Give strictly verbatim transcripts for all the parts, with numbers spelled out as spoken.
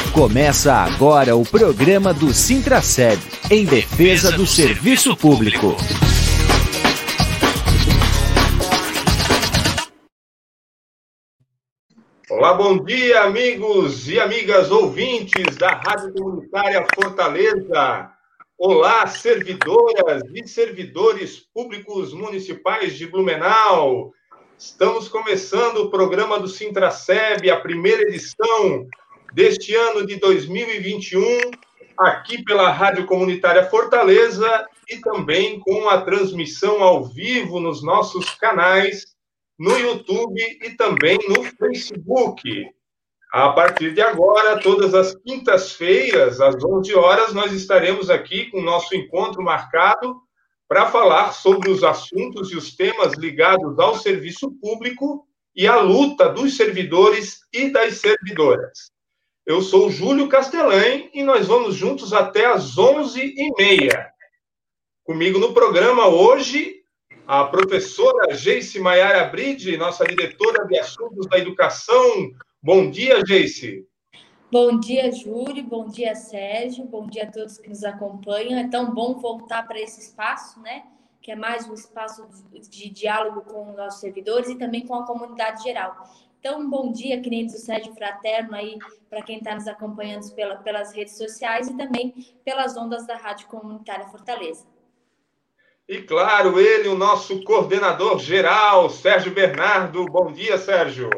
Começa agora o programa do Sintraceb, em defesa do serviço público. Olá, bom dia, amigos e amigas ouvintes da Rádio Comunitária Fortaleza. Olá, servidoras e servidores públicos municipais de Blumenau. Estamos começando o programa do Sintraceb, a primeira edição deste ano de dois mil e vinte e um, aqui pela Rádio Comunitária Fortaleza e também com a transmissão ao vivo nos nossos canais no YouTube e também no Facebook. A partir de agora, todas as quintas-feiras, às onze horas, nós estaremos aqui com o nosso encontro marcado para falar sobre os assuntos e os temas ligados ao serviço público e à luta dos servidores e das servidoras. Eu sou o Júlio Castellan e nós vamos juntos até às onze e meia. Comigo no programa hoje, a professora Geice Maiara Bride, nossa diretora de Assuntos da Educação. Bom dia, Geice. Bom dia, Júlio. Bom dia, Sérgio. Bom dia a todos que nos acompanham. É tão bom voltar para esse espaço, né? Que é mais um espaço de diálogo com os nossos servidores e também com a comunidade geral. Então, um bom dia, que nem diz o Sérgio Fraterno aí, para quem está nos acompanhando pela, pelas redes sociais e também pelas ondas da Rádio Comunitária Fortaleza. E, claro, ele, o nosso coordenador geral, Sérgio Bernardo. Bom dia, Sérgio.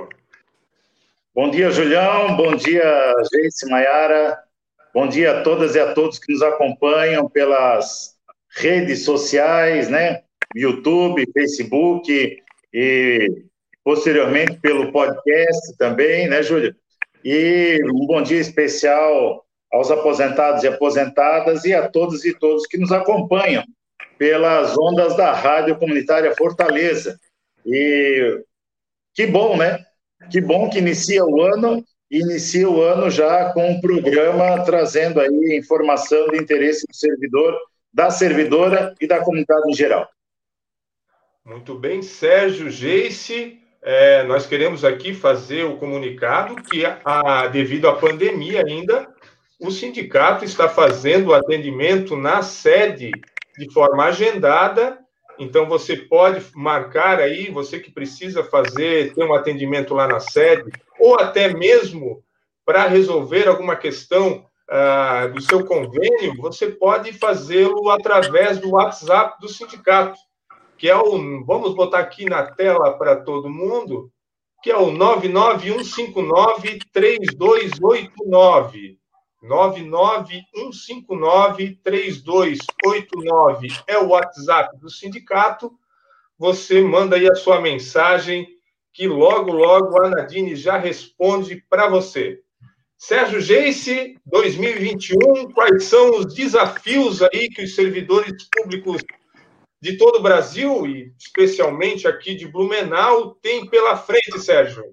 Bom dia, Julião. Bom dia, Geice Maiara. Bom dia a todas e a todos que nos acompanham pelas redes sociais, né? YouTube, Facebook e, posteriormente, pelo podcast também, né, Júlio? E um bom dia especial aos aposentados e aposentadas e a todos e todos que nos acompanham pelas ondas da Rádio Comunitária Fortaleza. E que bom, né? Que bom que inicia o ano, inicia o ano já com um programa trazendo aí informação de interesse do servidor, da servidora e da comunidade em geral. Muito bem, Sérgio, Geice, é, nós queremos aqui fazer o comunicado que, a, devido à pandemia ainda, o sindicato está fazendo o atendimento na sede de forma agendada. Então, você pode marcar aí, você que precisa fazer, ter um atendimento lá na sede, ou até mesmo para resolver alguma questão ah, do seu convênio, você pode fazê-lo através do WhatsApp do sindicato, que é o, vamos botar aqui na tela para todo mundo, que é o nove nove um cinco nove três dois oito nove. nove nove um cinco nove três dois oito nove é o WhatsApp do sindicato. Você manda aí a sua mensagem, que logo, logo a Nadine já responde para você. Sérgio, Geice, dois mil e vinte e um, quais são os desafios aí que os servidores públicos de todo o Brasil, e especialmente aqui de Blumenau, têm pela frente, Sérgio?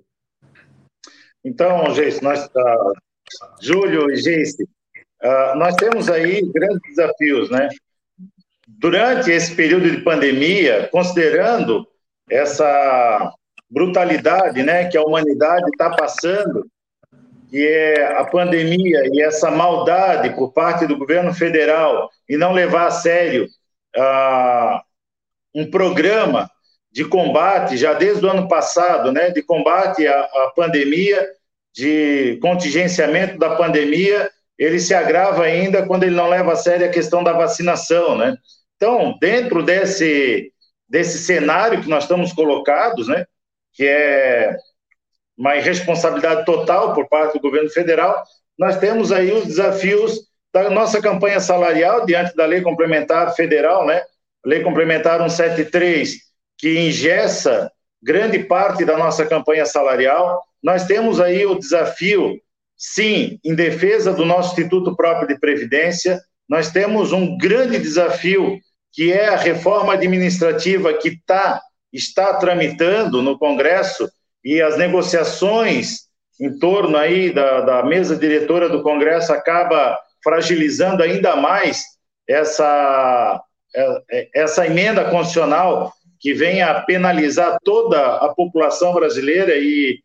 Então, Geice, nós... Uh... Júlio e Geice, uh, nós temos aí grandes desafios, né? Durante esse período de pandemia, considerando essa brutalidade, né, que a humanidade está passando, que é a pandemia e essa maldade por parte do governo federal e não levar a sério uh, um programa de combate, já desde o ano passado, né, de combate à, à pandemia, de contingenciamento da pandemia, ele se agrava ainda quando ele não leva a sério a questão da vacinação, né? Então, dentro desse, desse cenário que nós estamos colocados, né, que é uma irresponsabilidade total por parte do governo federal, nós temos aí os desafios da nossa campanha salarial diante da Lei Complementar Federal, né? Lei Complementar cento e setenta e três, que engessa grande parte da nossa campanha salarial. Nós temos aí o desafio, sim, em defesa do nosso Instituto Próprio de Previdência. Nós temos um grande desafio, que é a reforma administrativa que tá, está tramitando no Congresso, e as negociações em torno aí da, da mesa diretora do Congresso acaba fragilizando ainda mais essa, essa emenda constitucional que vem a penalizar toda a população brasileira e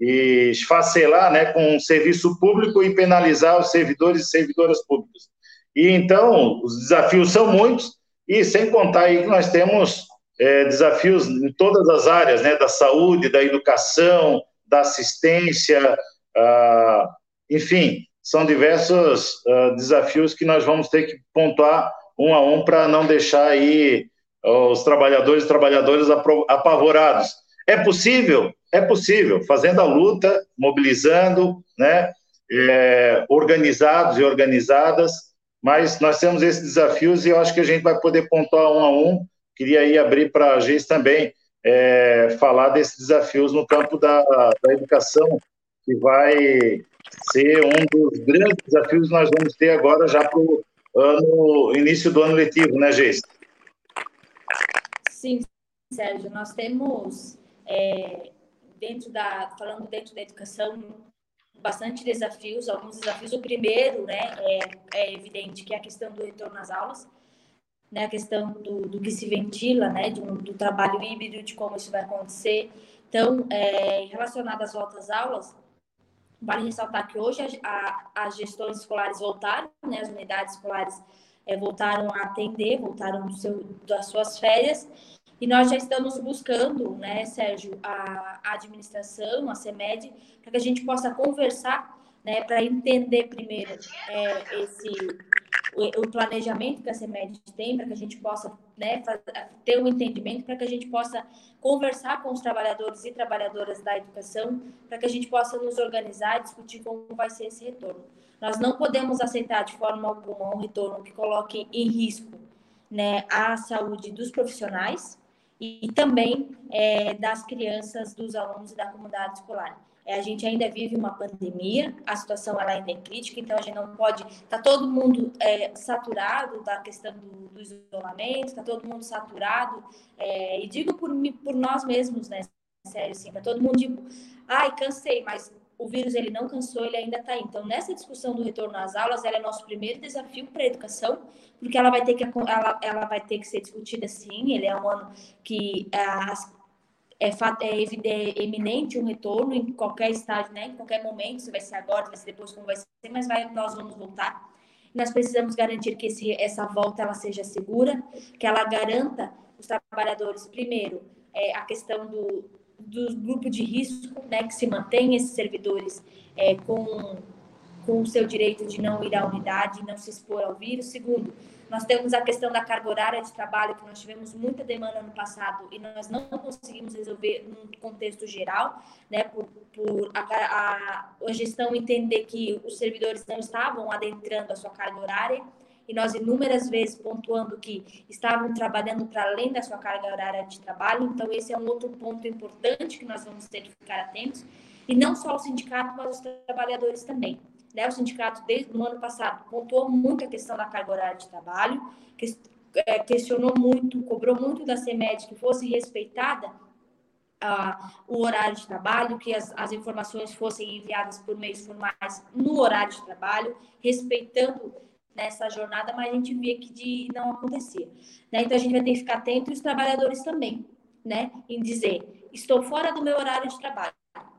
e esfacelar, né, com o serviço público e penalizar os servidores e servidoras públicas. E, então, os desafios são muitos, e sem contar aí que nós temos é, desafios em todas as áreas, né, da saúde, da educação, da assistência, ah, enfim, são diversos ah, desafios que nós vamos ter que pontuar um a um para não deixar aí os trabalhadores e trabalhadoras apavorados. É possível? É possível, fazendo a luta, mobilizando, né, é, organizados e organizadas, mas nós temos esses desafios e eu acho que a gente vai poder pontuar um a um. Queria aí abrir para a Geis também é, falar desses desafios no campo da, da educação, que vai ser um dos grandes desafios que nós vamos ter agora já para o ano, início do ano letivo, né, Geis? Sim, Sérgio, nós temos, é, dentro da, falando dentro da educação, bastante desafios, alguns desafios. O primeiro, né, é, é evidente que é a questão do retorno às aulas, né, a questão do, do que se ventila, né, do, do trabalho híbrido, de como isso vai acontecer. Então, é, relacionado às voltas às aulas, vale ressaltar que hoje a, a, as gestões escolares voltaram, né, as unidades escolares é, voltaram a atender, voltaram do seu, das suas férias, e nós já estamos buscando, né, Sérgio, a, a administração, a CEMED, para que a gente possa conversar, né, para entender primeiro é, esse, o, o planejamento que a CEMED tem, para que a gente possa, né, fazer, ter um entendimento, para que a gente possa conversar com os trabalhadores e trabalhadoras da educação, para que a gente possa nos organizar e discutir como vai ser esse retorno. Nós não podemos aceitar de forma alguma um retorno que coloque em risco, né, a saúde dos profissionais e, e também é, das crianças, dos alunos e da comunidade escolar. É, a gente ainda vive uma pandemia, a situação ela ainda é crítica, então a gente não pode... Está todo mundo é, saturado da questão do, do isolamento, está todo mundo saturado, é, e digo por, por nós mesmos, né, sério, assim, para todo mundo, digo, ai, cansei, mas o vírus ele não cansou, ele ainda está aí. Então, nessa discussão do retorno às aulas, ela é nosso primeiro desafio para a educação, porque ela vai ter que, ela, ela vai ter que ser discutida sim, ele é um ano que as É, é, é eminente um retorno em qualquer estágio, né? Em qualquer momento, se vai ser agora, vai ser depois, como vai ser, mas vai, nós vamos voltar. Nós precisamos garantir que esse, essa volta ela seja segura, que ela garanta os trabalhadores, primeiro, é, a questão do, do grupo de risco, né? Que se mantém esses servidores é, com, com o seu direito de não ir à unidade, não se expor ao vírus. Segundo, nós temos a questão da carga horária de trabalho, que nós tivemos muita demanda no passado e nós não conseguimos resolver num contexto geral, né, por, por a, a, a gestão entender que os servidores não estavam adentrando a sua carga horária e nós inúmeras vezes pontuando que estavam trabalhando para além da sua carga horária de trabalho. Então, esse é um outro ponto importante que nós vamos ter que ficar atentos. E não só o sindicato, mas os trabalhadores também. Né, o sindicato, desde o ano passado, pontuou muito a questão da carga horária de trabalho, que, é, questionou muito, cobrou muito da CEMED que fosse respeitada ah, o horário de trabalho, que as, as informações fossem enviadas por meios formais no horário de trabalho, respeitando nessa jornada, mas a gente via que de, não acontecia. Né? Então, a gente vai ter que ficar atento, e os trabalhadores também, né, em dizer, estou fora do meu horário de trabalho.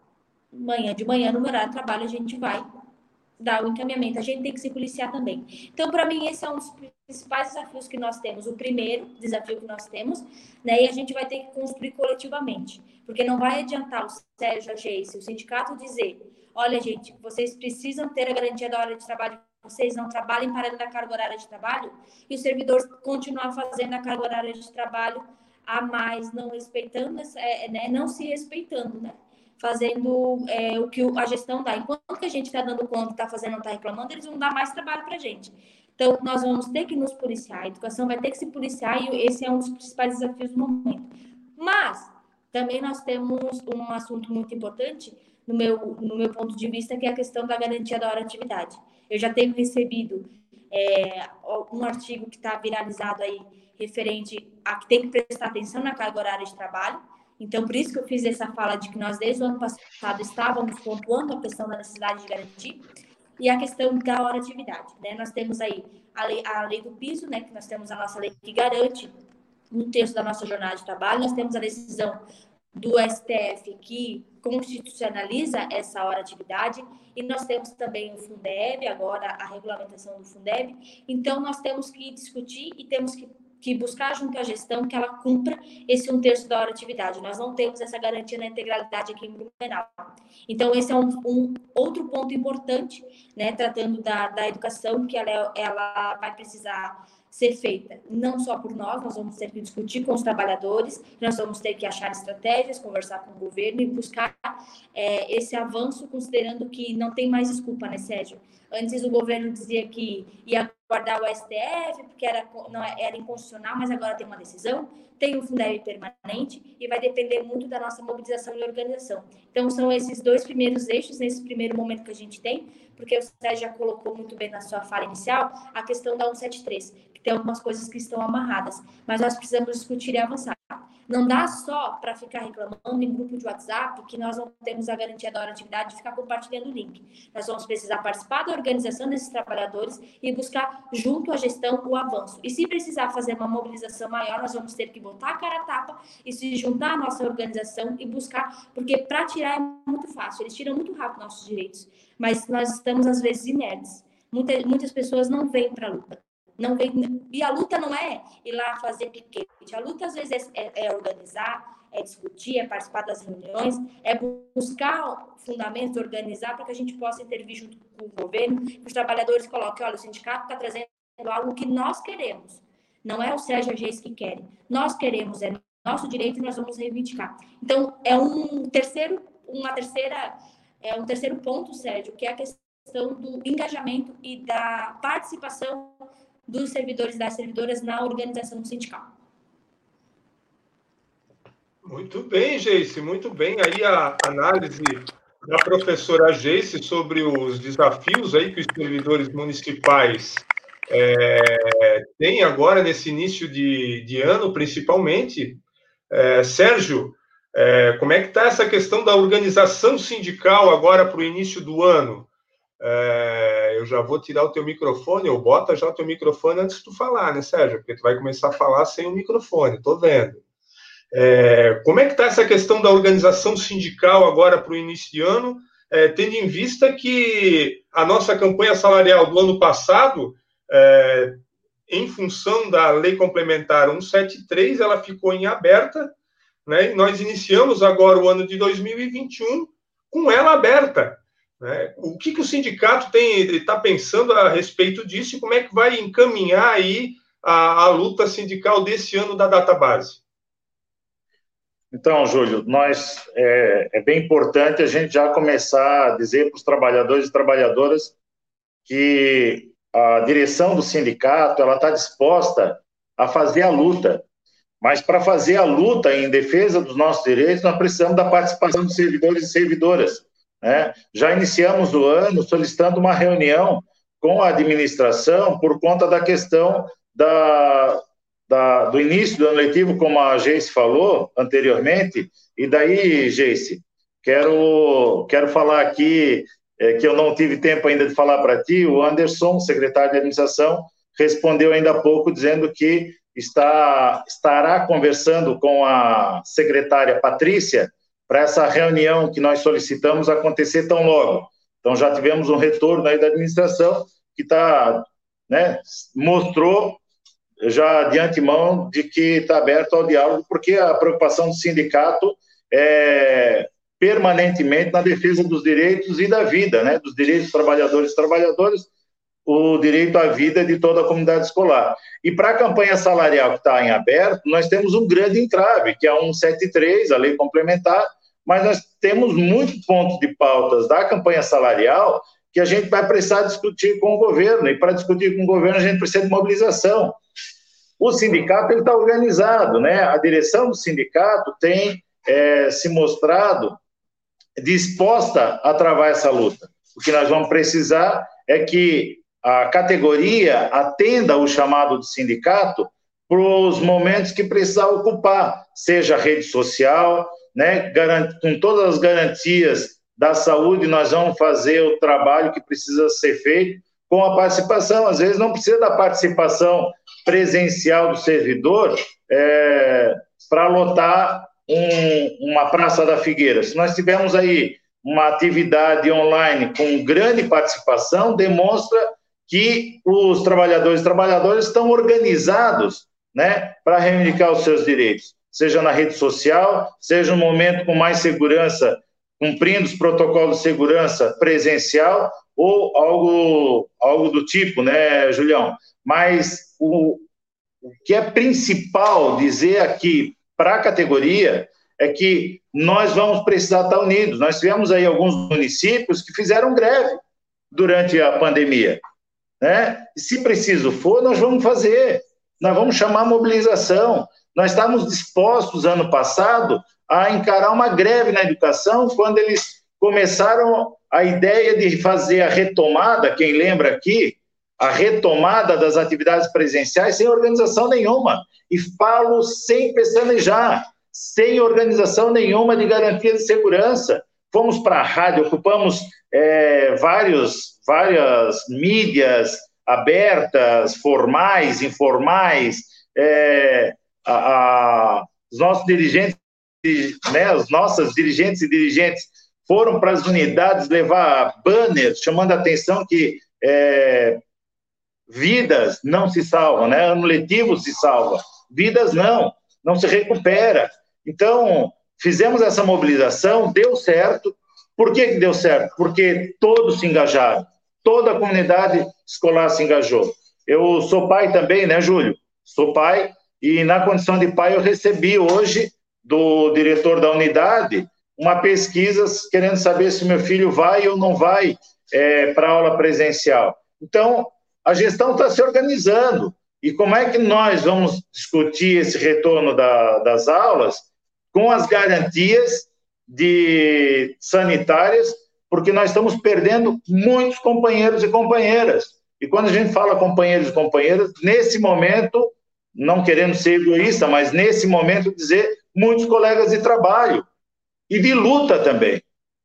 Manhã de manhã, no meu horário de trabalho, a gente vai dar o encaminhamento, a gente tem que se policiar também. Então, para mim, esse é um dos principais desafios que nós temos, o primeiro desafio que nós temos, né, e a gente vai ter que construir coletivamente, porque não vai adiantar o Sérgio, a Geis, o sindicato dizer, olha, gente, vocês precisam ter a garantia da hora de trabalho, vocês não trabalhem para da carga horária de trabalho, e o servidor continuar fazendo a carga horária de trabalho a mais, não respeitando, é, né, não se respeitando, né? Fazendo é, o que a gestão dá. Enquanto que a gente está dando conta, está fazendo, não está reclamando, eles vão dar mais trabalho para a gente. Então, nós vamos ter que nos policiar. A educação vai ter que se policiar e esse é um dos principais desafios do momento. Mas, também nós temos um assunto muito importante, no meu, no meu ponto de vista, que é a questão da garantia da hora de atividade. Eu já tenho recebido é, um artigo que está viralizado aí, referente a que tem que prestar atenção na carga horária de trabalho. Então, por isso que eu fiz essa fala de que nós, desde o ano passado, estávamos pontuando a questão da necessidade de garantir e a questão da hora de atividade, né? Nós temos aí a lei, a lei do piso, né? Que nós temos a nossa lei que garante um terço da nossa jornada de trabalho, nós temos a decisão do S T F que constitucionaliza essa hora atividade, e nós temos também o Fundeb, agora a regulamentação do Fundeb. Então, nós temos que discutir e temos que, que buscar junto à gestão que ela cumpra esse um terço da hora atividade. Nós não temos essa garantia na integralidade aqui em Blumenau. Então, esse é um, um outro ponto importante, né, tratando da, da educação, que ela, ela vai precisar ser feita não só por nós, nós vamos ter que discutir com os trabalhadores, nós vamos ter que achar estratégias, conversar com o governo e buscar é, esse avanço, considerando que não tem mais desculpa, né, Sérgio? Antes o governo dizia que ia guardar o S T F, porque era, não, era inconstitucional, mas agora tem uma decisão, tem um Fundeb permanente e vai depender muito da nossa mobilização e organização. Então, são esses dois primeiros eixos, nesse primeiro momento que a gente tem, porque o Sérgio já colocou muito bem na sua fala inicial, a questão da cento e setenta e três, que tem algumas coisas que estão amarradas, mas nós precisamos discutir e avançar. Não dá só para ficar reclamando em grupo de WhatsApp que nós não temos a garantia da hora de atividade de ficar compartilhando o link. Nós vamos precisar participar da organização desses trabalhadores e buscar junto à gestão o avanço. E se precisar fazer uma mobilização maior, nós vamos ter que botar a cara a tapa e se juntar à nossa organização e buscar, porque para tirar é muito fácil, eles tiram muito rápido nossos direitos, mas nós estamos às vezes inertes. Muitas, muitas pessoas não vêm para a luta. Não vem, e a luta não é ir lá fazer piquete, a luta às vezes é, é organizar, é discutir, é participar das reuniões, é buscar fundamentos, organizar para que a gente possa intervir junto com o governo, que os trabalhadores coloquem, olha, o sindicato está trazendo algo que nós queremos, não é o Sérgio e a Geis que querem, nós queremos, é nosso direito e nós vamos reivindicar. Então, é um terceiro, uma terceira, é um terceiro ponto, Sérgio, que é a questão do engajamento e da participação dos servidores e das servidoras na organização sindical. Muito bem, Geice, muito bem. Aí a análise da professora Geice sobre os desafios aí que os servidores municipais é, têm agora nesse início de, de ano, principalmente. É, Sérgio, é, como é que está essa questão da organização sindical agora para o início do ano? É, eu já vou tirar o teu microfone, ou bota já o teu microfone antes de tu falar, né, Sérgio? Porque tu vai começar a falar sem o microfone, tô vendo. É, como é que está essa questão da organização sindical agora para o início de ano, é, tendo em vista que a nossa campanha salarial do ano passado, é, em função da Lei Complementar cento e setenta e três, ela ficou em aberta, né, e nós iniciamos agora o ano de dois mil e vinte e um com ela aberta. Né? O que, que o sindicato está pensando a respeito disso e como é que vai encaminhar aí a, a luta sindical desse ano da database? Então, Júlio, nós, é, é bem importante a gente já começar a dizer para os trabalhadores e trabalhadoras que a direção do sindicato ela está disposta a fazer a luta, mas para fazer a luta em defesa dos nossos direitos, nós precisamos da participação dos servidores e servidoras. Né? Já iniciamos o ano solicitando uma reunião com a administração por conta da questão da, da, do início do ano letivo, como a Geice falou anteriormente, e daí, Geice, quero, quero falar aqui, é, que eu não tive tempo ainda de falar para ti, o Anderson, secretário de administração, respondeu ainda há pouco dizendo que está, estará conversando com a secretária Patrícia para essa reunião que nós solicitamos acontecer tão logo. Então, já tivemos um retorno aí da administração que está, né, mostrou já de antemão de que está aberto ao diálogo, porque a preocupação do sindicato é permanentemente na defesa dos direitos e da vida, né, dos direitos dos trabalhadores e trabalhadoras, o direito à vida de toda a comunidade escolar. E para a campanha salarial que está em aberto, nós temos um grande entrave, que é a cento e setenta e três, a lei complementar, mas nós temos muitos pontos de pautas da campanha salarial que a gente vai precisar discutir com o governo, e para discutir com o governo a gente precisa de mobilização. O sindicato está organizado, né? A direção do sindicato tem é, se mostrado disposta a travar essa luta. O que nós vamos precisar é que a categoria atenda o chamado do sindicato para os momentos que precisar ocupar, seja rede social, né, com todas as garantias da saúde, nós vamos fazer o trabalho que precisa ser feito com a participação. Às vezes não precisa da participação presencial do servidor é, para lotar um, uma Praça da Figueira, se nós tivermos aí uma atividade online com grande participação, demonstra que os trabalhadores e trabalhadoras estão organizados, né, para reivindicar os seus direitos, seja na rede social, seja um momento com mais segurança, cumprindo os protocolos de segurança presencial ou algo, algo do tipo, né, Julião? Mas o, o que é principal dizer aqui para a categoria é que nós vamos precisar estar unidos. Nós tivemos aí alguns municípios que fizeram greve durante a pandemia, né? E se preciso for, nós vamos fazer, nós vamos chamar a mobilização. Nós estávamos dispostos, ano passado, a encarar uma greve na educação, quando eles começaram a ideia de fazer a retomada, quem lembra aqui, a retomada das atividades presenciais sem organização nenhuma. E falo sem pestanejar, sem organização nenhuma de garantia de segurança. Fomos para a rádio, ocupamos é, vários, várias mídias abertas, formais, informais, é, a, a, os nossos dirigentes, né, as nossas dirigentes e dirigentes foram para as unidades levar banners chamando a atenção que é, vidas não se salvam, né? Ano letivo se salva, vidas não, não se recupera. Então, fizemos essa mobilização, deu certo. Por que que deu certo? Porque todos se engajaram, toda a comunidade escolar se engajou. Eu sou pai também, né, Júlio? Sou pai, e na condição de pai eu recebi hoje do diretor da unidade uma pesquisa querendo saber se meu filho vai ou não vai é, para a aula presencial. Então, a gestão está se organizando. E como é que nós vamos discutir esse retorno da, das aulas com as garantias de sanitárias, porque nós estamos perdendo muitos companheiros e companheiras. E quando a gente fala companheiros e companheiras, nesse momento, não querendo ser egoísta, mas nesse momento dizer muitos colegas de trabalho e de luta também.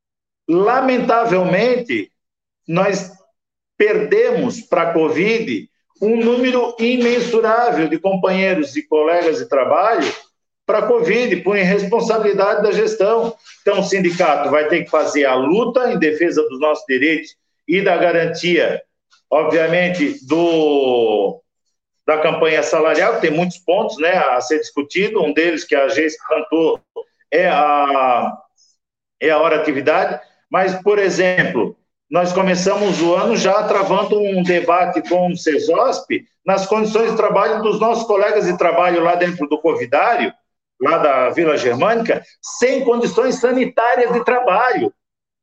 Lamentavelmente, nós perdemos para a Covid um número imensurável de companheiros e colegas de trabalho para a Covid, por irresponsabilidade da gestão. Então, o sindicato vai ter que fazer a luta em defesa dos nossos direitos e da garantia, obviamente, do, da campanha salarial, que tem muitos pontos, né, a ser discutido. Um deles, que a Geice cantou, é a, é a hora atividade. Mas, por exemplo, nós começamos o ano já travando um debate com o CESOSP nas condições de trabalho dos nossos colegas de trabalho lá dentro do Covidário, lá da Vila Germânica, sem condições sanitárias de trabalho.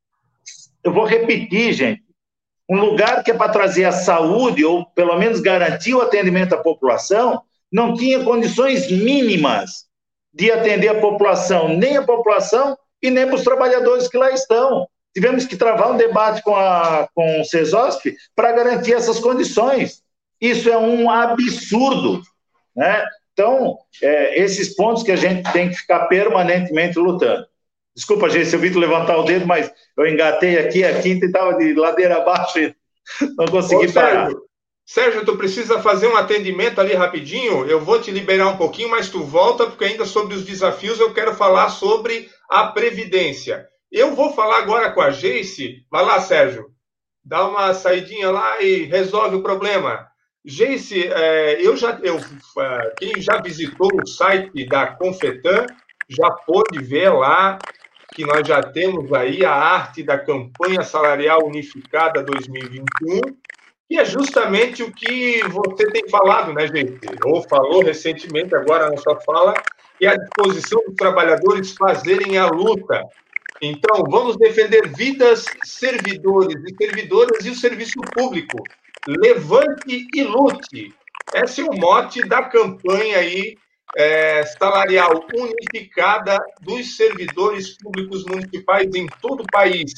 Eu vou repetir, gente. Um lugar que é para trazer a saúde, ou pelo menos garantir o atendimento à população, não tinha condições mínimas de atender a população, nem a população e nem para os trabalhadores que lá estão. Tivemos que travar um debate com, a, com o CESOSP para garantir essas condições. Isso é um absurdo, né? Então, é, esses pontos que a gente tem que ficar permanentemente lutando. Desculpa, gente, se eu vi tu levantar o dedo, mas eu engatei aqui, a quinta e estava de ladeira abaixo e não consegui Ô, parar. Sérgio, Sérgio, tu precisa fazer um atendimento ali rapidinho, eu vou te liberar um pouquinho, mas tu volta, porque ainda sobre os desafios eu quero falar sobre a Previdência. Eu vou falar agora com a Geice. Vai lá, Sérgio. Dá uma saidinha lá e resolve o problema. Geice, é, eu já, eu, quem já visitou o site da Confetan já pôde ver lá que nós já temos aí a arte da Campanha Salarial Unificada dois mil e vinte e um, que é justamente o que você tem falado, né, Geice? Ou falou recentemente, agora na sua fala, que é a disposição dos trabalhadores fazerem a luta. Então, vamos defender vidas, servidores e servidoras e o serviço público. Levante e lute. Esse é o mote da campanha aí, é, salarial unificada dos servidores públicos municipais em todo o país.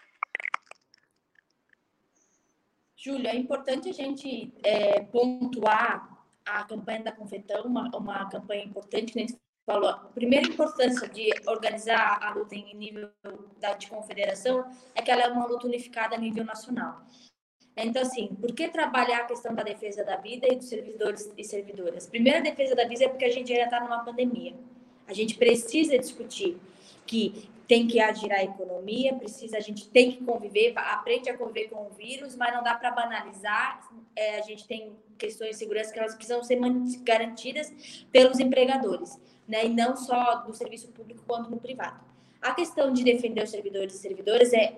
Júlio, é importante a gente é, pontuar a campanha da Confetan, uma, uma campanha importante que a gente falou. A primeira importância de organizar a luta em nível da, de confederação é que ela é uma luta unificada a nível nacional. Então, assim, por que trabalhar a questão da defesa da vida e dos servidores e servidoras? Primeiro, a defesa da vida é porque a gente ainda está numa pandemia. A gente precisa discutir que tem que agir a economia, precisa, a gente tem que conviver, aprende a conviver com o vírus, mas não dá para banalizar. É, a gente tem questões de segurança que elas precisam ser garantidas pelos empregadores, né? E não só no serviço público quanto no privado. A questão de defender os servidores e servidoras é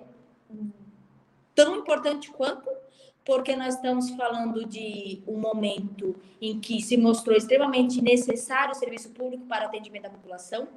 tão importante quanto, porque nós estamos falando de um momento em que se mostrou extremamente necessário o serviço público para o atendimento da população,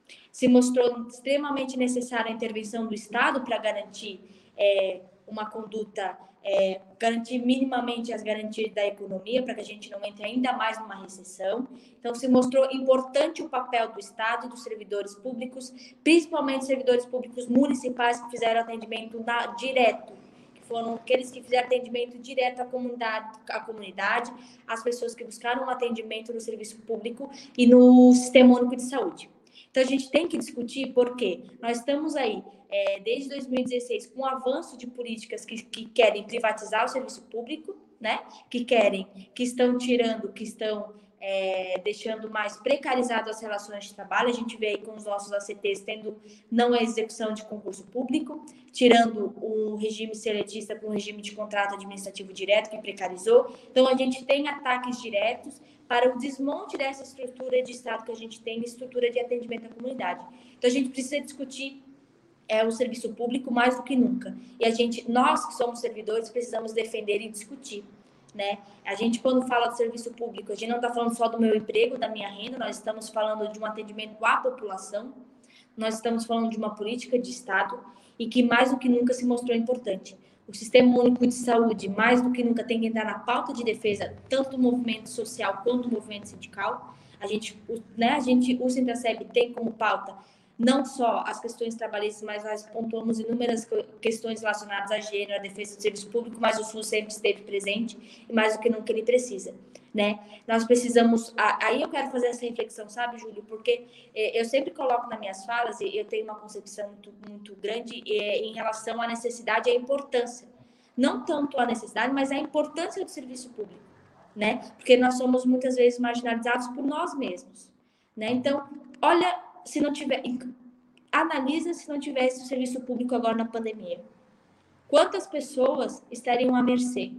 se mostrou extremamente necessária a intervenção do Estado para garantir é, uma conduta, é, garantir minimamente as garantias da economia, para que a gente não entre ainda mais numa recessão. Então, se mostrou importante o papel do Estado e dos servidores públicos, principalmente servidores públicos municipais que fizeram atendimento na, direto, que foram aqueles que fizeram atendimento direto à comunidade, à comunidade, às pessoas que buscaram um atendimento no serviço público e no Sistema Único de Saúde. Então, a gente tem que discutir porque nós estamos aí, é, desde dois mil e dezesseis, com o avanço de políticas que, que querem privatizar o serviço público, né? Que querem, que estão tirando, que estão é, deixando mais precarizado as relações de trabalho. A gente vê aí com os nossos A C Ts tendo não a execução de concurso público, tirando o regime seletista para um regime de contrato administrativo direto que precarizou. Então, a gente tem ataques diretos para o desmonte dessa estrutura de Estado que a gente tem, estrutura de atendimento à comunidade. Então, a gente precisa discutir é, o serviço público mais do que nunca. E a gente, nós que somos servidores, precisamos defender e discutir, né? A gente, quando fala de serviço público, a gente não está falando só do meu emprego, da minha renda, nós estamos falando de um atendimento à população, nós estamos falando de uma política de Estado e que mais do que nunca se mostrou importante. O Sistema Único de Saúde, mais do que nunca, tem que entrar na pauta de defesa, tanto do movimento social quanto do movimento sindical. A gente, né, a gente, o Sintraceb tem como pauta não só as questões trabalhistas, mas nós pontuamos inúmeras questões relacionadas a gênero, a defesa do serviço público, mas o SUS sempre esteve presente e mais do que nunca ele precisa, né? Nós precisamos... Aí eu quero fazer essa reflexão, sabe, Júlio? Porque eu sempre coloco nas minhas falas, e eu tenho uma concepção muito, muito grande em relação à necessidade e à importância. Não tanto a necessidade, mas a importância do serviço público, né? Porque nós somos muitas vezes marginalizados por nós mesmos, né? Então, olha... se não tiver, analisa se não tivesse o serviço público agora na pandemia. Quantas pessoas estariam à mercê?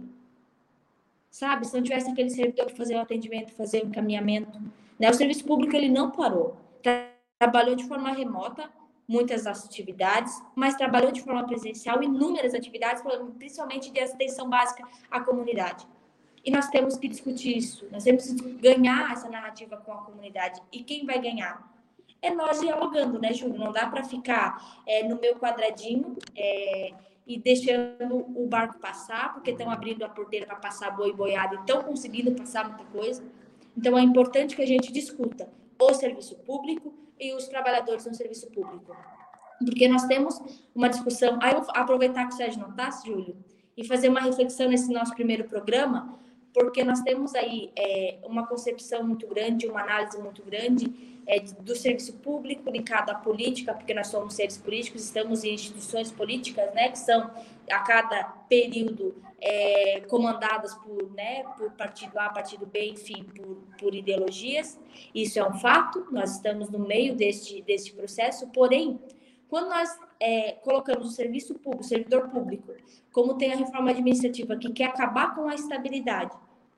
Sabe? Se não tivesse aquele servidor para fazer o atendimento, fazer o encaminhamento. Né? O serviço público, ele não parou. Trabalhou de forma remota, muitas atividades, mas trabalhou de forma presencial, inúmeras atividades, principalmente de atenção básica à comunidade. E nós temos que discutir isso. Nós temos que ganhar essa narrativa com a comunidade. E quem vai ganhar? É nós dialogando, né, Júlio? Não dá para ficar é, no meu quadradinho é, e deixando o barco passar, porque estão abrindo a porteira para passar boi e boiada e estão conseguindo passar muita coisa. Então, é importante que a gente discuta o serviço público e os trabalhadores no serviço público. Porque nós temos uma discussão... Aí eu vou aproveitar que o Sérgio não está, Júlio, e fazer uma reflexão nesse nosso primeiro programa, porque nós temos aí é, uma concepção muito grande, uma análise muito grande é, do serviço público ligado à política, porque nós somos seres políticos, estamos em instituições políticas, né, que são a cada período é, comandadas por, né, por partido A, partido B, enfim, por, por ideologias. Isso é um fato, nós estamos no meio deste, deste processo, porém, quando nós é, colocamos o serviço público, o servidor público, como tem a reforma administrativa que quer acabar com a estabilidade,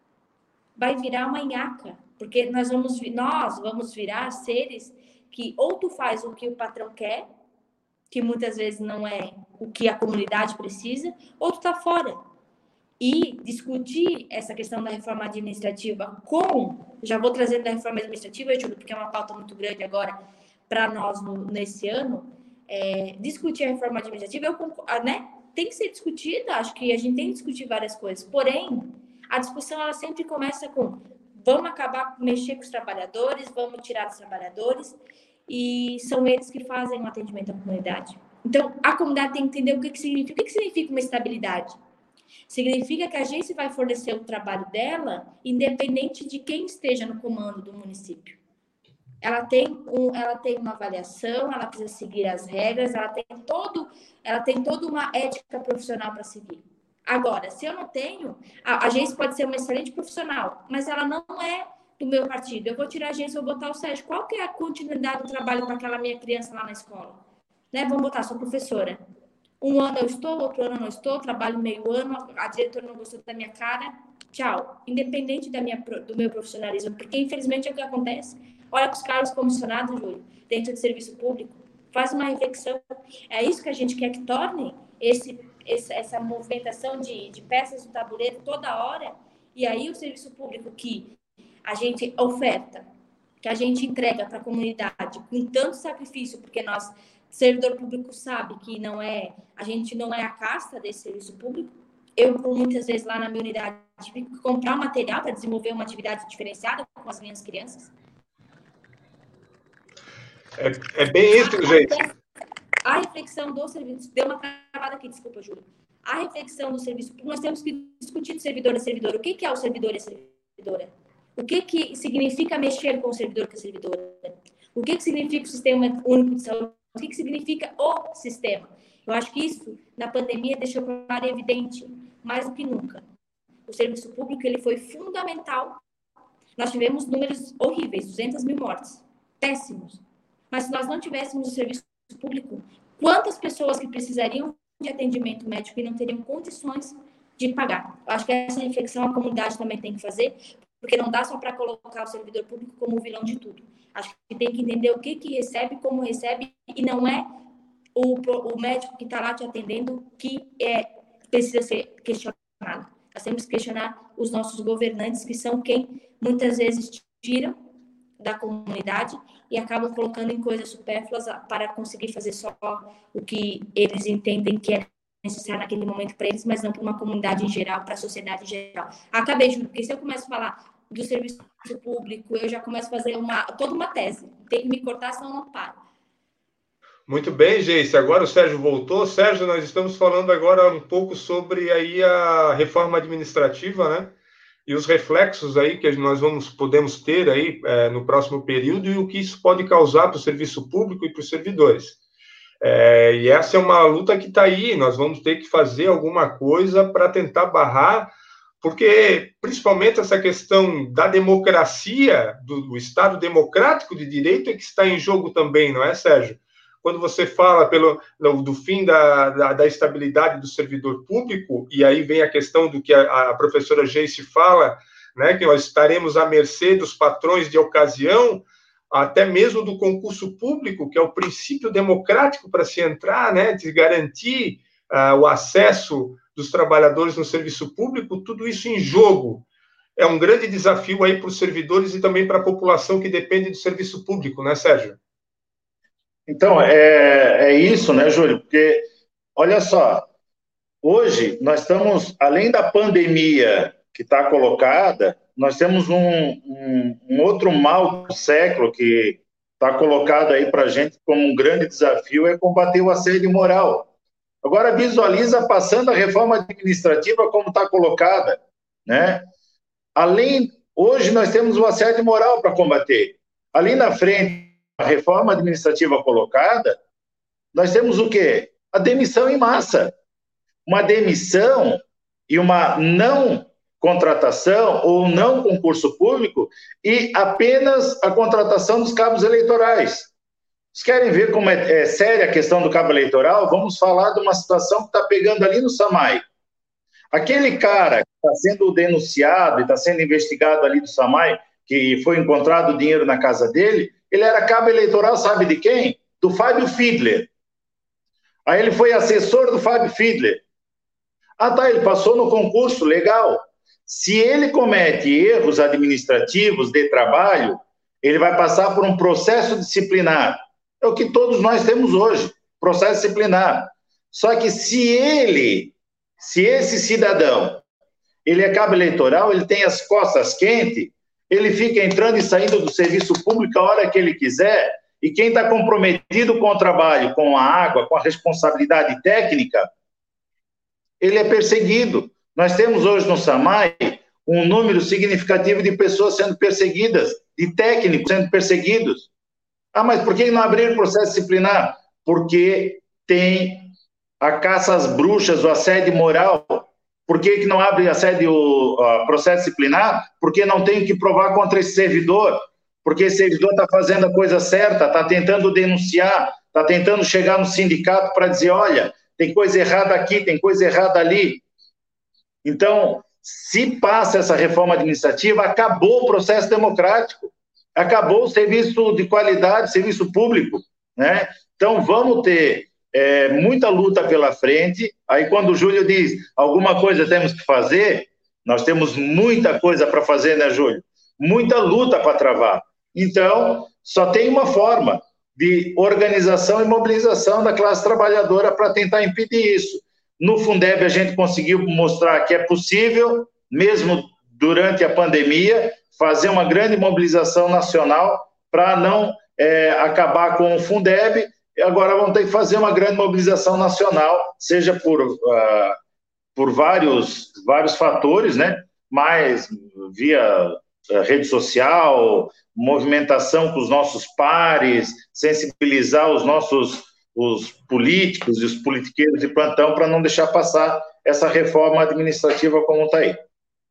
vai virar uma nhaca, porque nós vamos, nós vamos virar seres que ou tu faz o que o patrão quer, que muitas vezes não é o que a comunidade precisa, ou tu tá fora. E discutir essa questão da reforma administrativa com, já vou trazendo a reforma administrativa, Júlio, porque é uma pauta muito grande agora para nós no, nesse ano, é, discutir a reforma administrativa, eu, né, tem que ser discutida, acho que a gente tem que discutir várias coisas, porém, a discussão ela sempre começa com vamos acabar, mexer com os trabalhadores, vamos tirar os trabalhadores, e são eles que fazem o atendimento à comunidade. Então, a comunidade tem que entender o que, que significa. O que, que significa uma estabilidade? Significa que a agência vai fornecer o trabalho dela, independente de quem esteja no comando do município. Ela tem, um, ela tem uma avaliação, ela precisa seguir as regras, ela tem, todo, ela tem toda uma ética profissional para seguir. Agora, se eu não tenho, a agência pode ser uma excelente profissional, mas ela não é do meu partido. Eu vou tirar a Geisa, eu vou botar o Sérgio. Qual que é a continuidade do trabalho para aquela minha criança lá na escola? Né? Vamos botar, sou professora. Um ano eu estou, outro ano eu não estou, trabalho meio ano, a diretora não gostou da minha cara, tchau. Independente da minha, do meu profissionalismo, porque infelizmente é o que acontece. Olha para os cargos comissionados, Júlio, dentro do serviço público, faz uma reflexão. É isso que a gente quer que torne esse, esse, essa movimentação de, de peças do tabuleiro toda hora, e aí o serviço público que a gente oferta, que a gente entrega para a comunidade com tanto sacrifício, porque nós, servidor público, sabe que não é, a gente não é a casta desse serviço público. Eu, muitas vezes, lá na minha unidade, tive que comprar material para desenvolver uma atividade diferenciada com as minhas crianças. É, é bem isso, gente. A reflexão do serviço... Deu uma travada aqui, desculpa, Júlio. A reflexão do serviço público, nós temos que discutir de servidor a servidor. O que, que é o servidor e a servidora? O que, que significa mexer com o servidor e a servidora? O que, que significa o Sistema Único de Saúde? O que, que significa o sistema? Eu acho que isso, na pandemia, deixou claro e evidente, mais do que nunca. O serviço público ele foi fundamental. Nós tivemos números horríveis, duzentas mil mortes. Péssimos. Mas se nós não tivéssemos o serviço público, quantas pessoas que precisariam de atendimento médico e não teriam condições de pagar? Eu acho que essa reflexão a comunidade também tem que fazer, porque não dá só para colocar o servidor público como o vilão de tudo. Acho que tem que entender o que, que recebe, como recebe, e não é o, o médico que está lá te atendendo que é, precisa ser questionado. Nós temos que questionar os nossos governantes, que são quem muitas vezes tiram da comunidade e acabam colocando em coisas supérfluas para conseguir fazer só o que eles entendem que é necessário naquele momento para eles, mas não para uma comunidade em geral, para a sociedade em geral. Acabei, Júlio, porque se eu começo a falar do serviço público, eu já começo a fazer uma, toda uma tese. Tem que me cortar, senão não paro. Muito bem, Geice. Agora o Sérgio voltou. Sérgio, nós estamos falando agora um pouco sobre aí a reforma administrativa, né? E os reflexos aí que nós vamos, podemos ter aí é, no próximo período e o que isso pode causar para o serviço público e para os servidores. É, e essa é uma luta que está aí. Nós vamos ter que fazer alguma coisa para tentar barrar, porque, principalmente, essa questão da democracia, do, do Estado democrático de direito é que está em jogo também, não é, Sérgio? Quando você fala pelo, do fim da, da, da estabilidade do servidor público, e aí vem a questão do que a, a professora Geice fala, né, que nós estaremos à mercê dos patrões de ocasião, até mesmo do concurso público, que é o princípio democrático para se entrar, né, de garantir uh, o acesso dos trabalhadores no serviço público, tudo isso em jogo. É um grande desafio aí para os servidores e também para a população que depende do serviço público, né, Sérgio? Então, é, é isso, né, Júlio? Porque, olha só, hoje nós estamos, além da pandemia que está colocada, nós temos um, um, um outro mal do século que está colocado aí para a gente como um grande desafio, é combater o assédio moral. Agora visualiza passando a reforma administrativa como está colocada, né? Além, hoje nós temos o assédio moral para combater. Ali na frente, a reforma administrativa colocada, nós temos o quê? A demissão em massa. Uma demissão e uma não contratação ou não concurso público e apenas a contratação dos cabos eleitorais. Vocês querem ver como é, é séria a questão do cabo eleitoral? Vamos falar de uma situação que está pegando ali no SAMAI. Aquele cara que está sendo denunciado e está sendo investigado ali do SAMAI, que foi encontrado dinheiro na casa dele, ele era cabo eleitoral, sabe de quem? Do Fábio Fiedler. Aí ele foi assessor do Fábio Fiedler. Ah, tá, ele passou no concurso, legal. Se ele comete erros administrativos de trabalho, ele vai passar por um processo disciplinar. É o que todos nós temos hoje, processo disciplinar. Só que se ele, se esse cidadão, ele é cabo eleitoral, ele tem as costas quentes, ele fica entrando e saindo do serviço público a hora que ele quiser, e quem está comprometido com o trabalho, com a água, com a responsabilidade técnica, ele é perseguido. Nós temos hoje no SAMAI um número significativo de pessoas sendo perseguidas, de técnicos sendo perseguidos. Ah, mas por que não abrir processo disciplinar? Porque tem a caça às bruxas, o assédio moral. Por que, que não abre a sede o a processo disciplinar? Porque não tem que provar contra esse servidor, porque esse servidor está fazendo a coisa certa, está tentando denunciar, está tentando chegar no sindicato para dizer, olha, tem coisa errada aqui, tem coisa errada ali. Então, se passa essa reforma administrativa, acabou o processo democrático, acabou o serviço de qualidade, serviço público, né? Então, vamos ter é, muita luta pela frente. Aí, quando o Júlio diz alguma coisa temos que fazer, nós temos muita coisa para fazer, né, Júlio? Muita luta para travar. Então, só tem uma forma de organização e mobilização da classe trabalhadora para tentar impedir isso. No Fundeb, a gente conseguiu mostrar que é possível, mesmo durante a pandemia, fazer uma grande mobilização nacional para não é, acabar com o Fundeb. Agora vamos ter que fazer uma grande mobilização nacional, seja por, uh, por vários, vários fatores, né? Mas via uh, rede social, movimentação com os nossos pares, sensibilizar os nossos os políticos e os politiqueiros de plantão para não deixar passar essa reforma administrativa como está aí.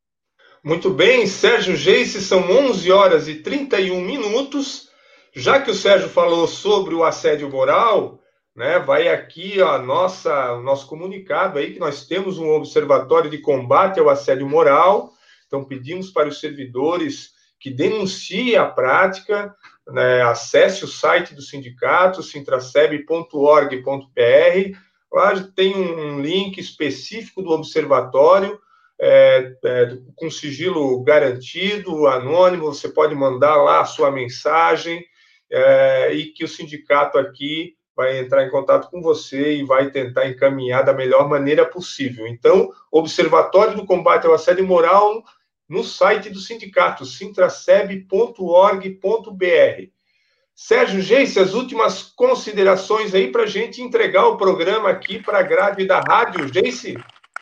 Muito bem, Sérgio Geice, são onze horas e trinta e um minutos. Já que o Sérgio falou sobre o assédio moral, né, vai aqui a nossa, o nosso comunicado aí, que nós temos um observatório de combate ao assédio moral. Então, pedimos para os servidores que denunciem a prática, né, acesse o site do sindicato, sintraceb ponto org ponto br. Lá tem um link específico do observatório, é, é, com sigilo garantido, anônimo. Você pode mandar lá a sua mensagem, é, e que o sindicato aqui vai entrar em contato com você e vai tentar encaminhar da melhor maneira possível. Então, Observatório do Combate ao Assédio Moral no site do sindicato, sintraceb ponto org ponto br. Sérgio Geice, as últimas considerações aí para a gente entregar o programa aqui para a grade da rádio. Geice?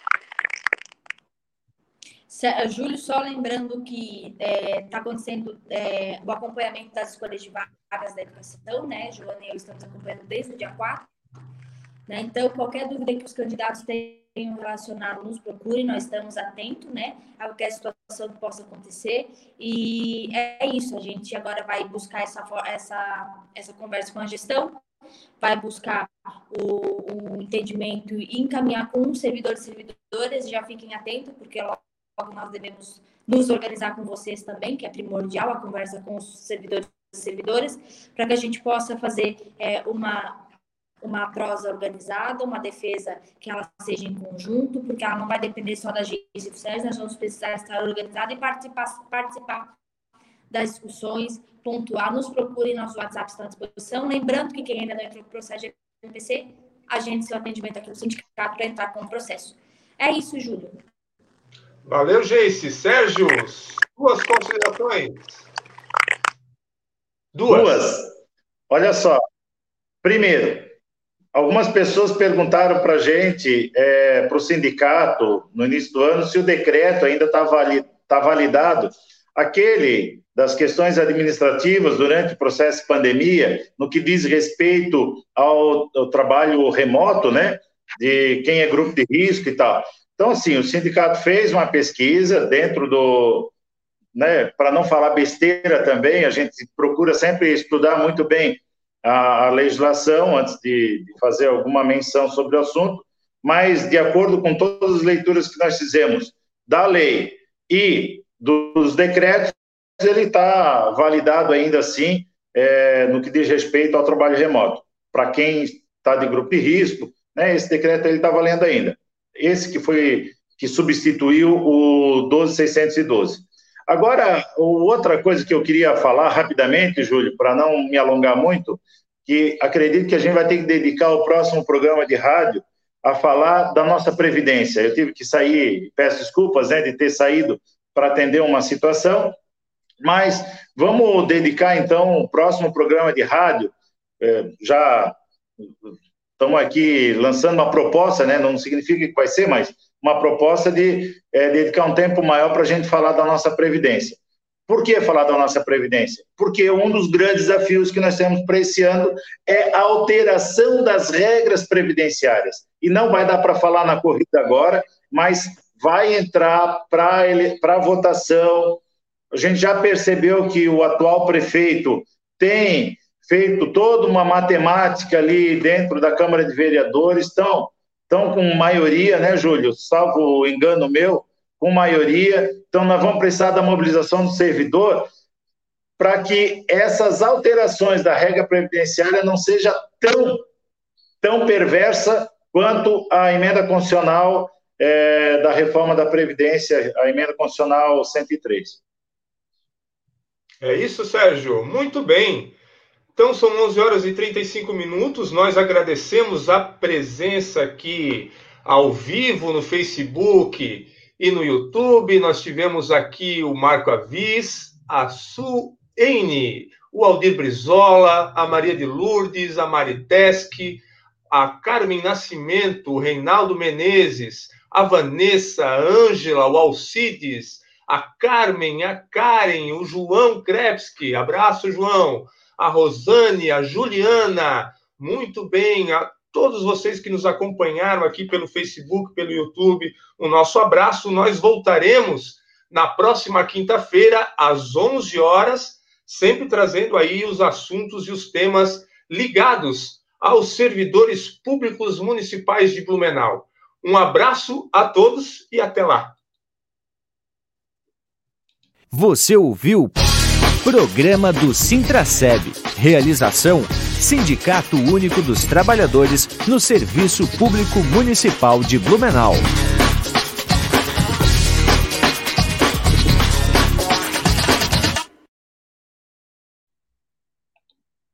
Júlio, só lembrando que está é, acontecendo é, o acompanhamento das escolhas de vagas da educação, né? Joana e eu estamos acompanhando desde o dia quatro. Né? Então, qualquer dúvida que os candidatos tenham relacionado, nos procurem, nós estamos atentos, né, a qualquer situação que possa acontecer. E é isso, a gente agora vai buscar essa, essa, essa conversa com a gestão, vai buscar o, o entendimento e encaminhar com os servidores e servidoras. Já fiquem atentos, porque logo nós devemos nos organizar com vocês também, que é primordial a conversa com os servidores e servidoras, para que a gente possa fazer é, uma... uma prosa organizada, uma defesa que ela seja em conjunto, porque ela não vai depender só da Geice e do Sérgio, nós vamos precisar estar organizados e participar, participar das discussões, pontuar, nos procurem, nosso WhatsApp está à disposição. Lembrando que quem ainda não entrou no processo de M P C, agende seu atendimento aqui no sindicato para entrar com o processo. É isso, Júlio. Valeu, Geice. Sérgio, duas considerações. Duas. Duas. Olha só. Primeiro, algumas pessoas perguntaram para a gente, é, para o sindicato, no início do ano, se o decreto ainda está vali, tá validado. Aquele das questões administrativas durante o processo de pandemia, no que diz respeito ao, ao trabalho remoto, né, de quem é grupo de risco e tal. Então, assim, o sindicato fez uma pesquisa dentro do... né, para não falar besteira também, a gente procura sempre estudar muito bem A, a legislação antes de, de fazer alguma menção sobre o assunto, mas de acordo com todas as leituras que nós fizemos da lei e dos decretos, ele está validado ainda assim, é, no que diz respeito ao trabalho remoto. Para quem está de grupo de risco, né, esse decreto está valendo ainda. Esse que foi, que substituiu o doze mil seiscentos e doze. Agora, outra coisa que eu queria falar rapidamente, Júlio, para não me alongar muito, que acredito que a gente vai ter que dedicar o próximo programa de rádio a falar da nossa Previdência. Eu tive que sair, peço desculpas, né, de ter saído para atender uma situação, mas vamos dedicar, então, o próximo programa de rádio, é, já estamos aqui lançando uma proposta, né, não significa que vai ser, mas uma proposta de é, dedicar um tempo maior para a gente falar da nossa Previdência. Por que falar da nossa Previdência? Porque um dos grandes desafios que nós temos para esse ano é a alteração das regras previdenciárias. E não vai dar para falar na corrida agora, mas vai entrar para votação. A gente já percebeu que o atual prefeito tem feito toda uma matemática ali dentro da Câmara de Vereadores, estão, estão com maioria, né, Júlio? Salvo engano meu, com maioria. Então, nós vamos precisar da mobilização do servidor para que essas alterações da regra previdenciária não seja tão, tão perversa quanto a emenda constitucional é, da reforma da Previdência, a emenda constitucional cento e três. É isso, Sérgio. Muito bem. Então, são onze horas e trinta e cinco minutos. Nós agradecemos a presença aqui ao vivo no Facebook e no YouTube. Nós tivemos aqui o Marco Avis, a Suene, o Aldir Brizola, a Maria de Lourdes, a Mariteschi, a Carmen Nascimento, o Reinaldo Menezes, a Vanessa, a Ângela, o Alcides, a Carmen, a Karen, o João Krepski. Abraço, João. A Rosane, a Juliana, muito bem, a todos vocês que nos acompanharam aqui pelo Facebook, pelo YouTube, o nosso abraço. Nós voltaremos na próxima quinta-feira, às onze horas, sempre trazendo aí os assuntos e os temas ligados aos servidores públicos municipais de Blumenau. Um abraço a todos e até lá. Você ouviu Programa do Sintraceb. Realização: Sindicato Único dos Trabalhadores no Serviço Público Municipal de Blumenau.